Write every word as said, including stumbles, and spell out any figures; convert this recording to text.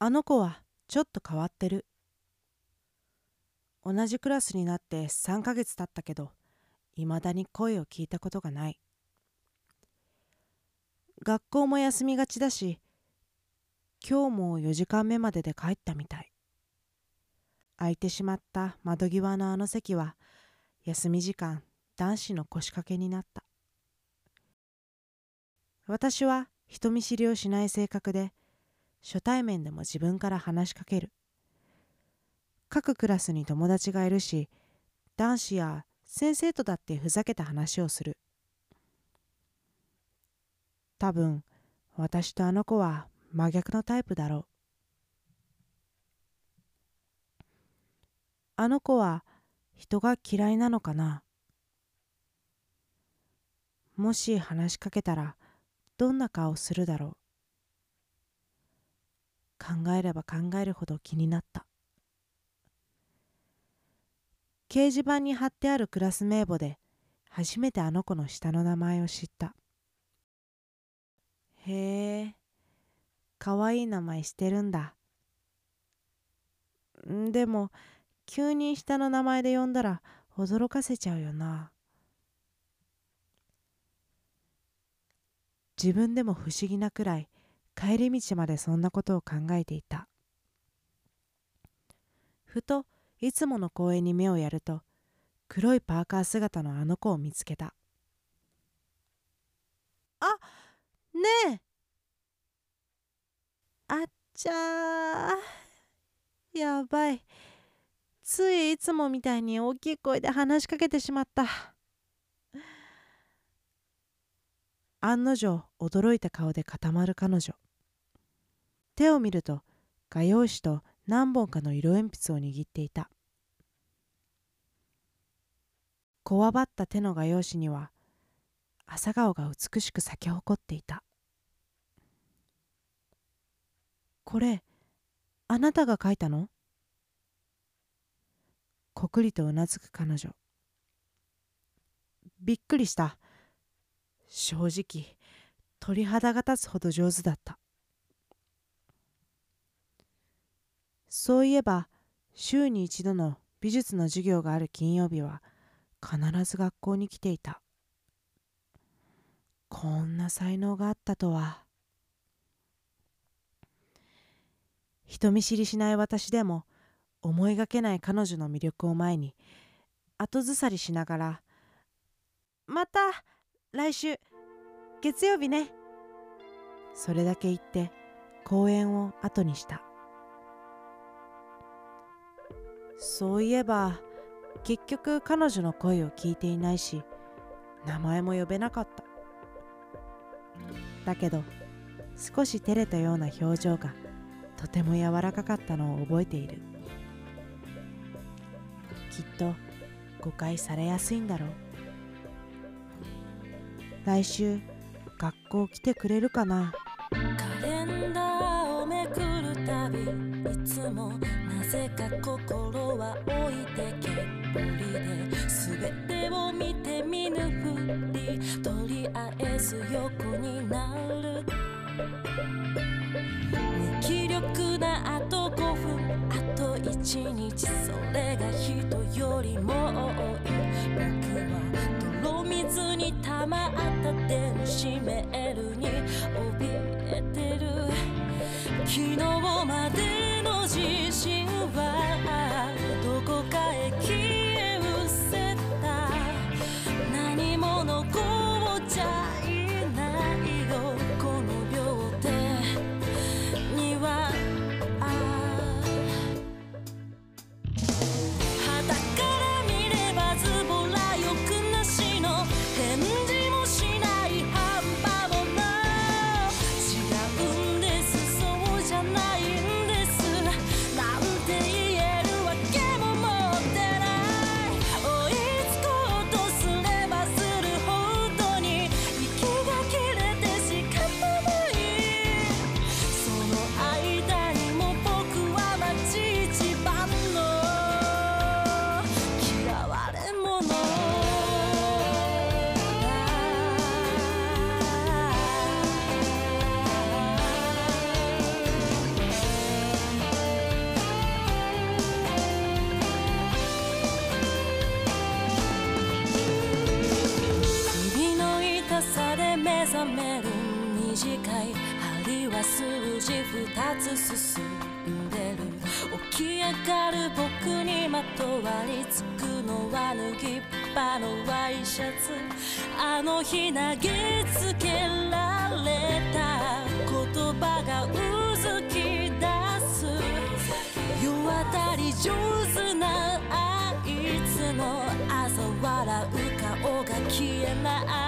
あの子はちょっと変わってる。同じクラスになってさんかげつ経ったけど、いまだに声を聞いたことがない。学校も休みがちだし、今日もよじかんめまでで帰ったみたい。空いてしまった窓際のあの席は、休み時間男子の腰掛けになった。私は人見知りをしない性格で、初対面でも自分から話しかける。各クラスに友達がいるし、男子や先生とだってふざけた話をする。多分、私とあの子は真逆のタイプだろう。あの子は人が嫌いなのかな。もし話しかけたらどんな顔するだろう。考えれば考えるほど気になった。掲示板に貼ってあるクラス名簿で初めてあの子の下の名前を知った。へえ、かわいい名前してるんだ。んでも急に下の名前で呼んだら驚かせちゃうよな。自分でも不思議なくらい帰り道までそんなことを考えていた。ふといつもの公園に目をやると、黒いパーカー姿のあの子を見つけた。あ、ねえ。あっちゃー。やばい。ついいつもみたいに大きい声で話しかけてしまった。案の定驚いた顔で固まる彼女。手を見ると画用紙と何本かの色鉛筆を握っていた。こわばった手の画用紙には朝顔が美しく咲き誇っていた。これ、あなたが描いたの？こくりとうなずく彼女。びっくりした。正直、鳥肌が立つほど上手だった。そういえば、週に一度の美術の授業がある金曜日は、必ず学校に来ていた。こんな才能があったとは。人見知りしない私でも、思いがけない彼女の魅力を前に、後ずさりしながら、また来週月曜日ね。それだけ言って公園を後にした。そういえば結局彼女の声を聞いていないし、名前も呼べなかった。だけど少し照れたような表情がとても柔らかかったのを覚えている。きっと誤解されやすいんだろう。来週学校来てくれるかな。 カレンダーをめくるたび、いつもなぜか心は置いてけぼりで、全てを見て見ぬふり、とりあえず横になる。無気力なあとごふん、あといちにち、それが人よりも多い。僕は泥水に溜まった電子メールに怯えてる。昨日までの自信はどこかへ消え失せた。何も残っちゃいないよ、この両手には。旗から見ればズボラ欲なしの、返事もしない半端もない。違うんです、そうじゃないんです、なんて言眺める短い針は数字二つ進んでる。起き上がる僕にまとわりつくのは脱ぎっぱのワイシャツ。あの日投げつけられた言葉がうずき出す。世渡り上手なあいつの嘲笑う顔が消えない。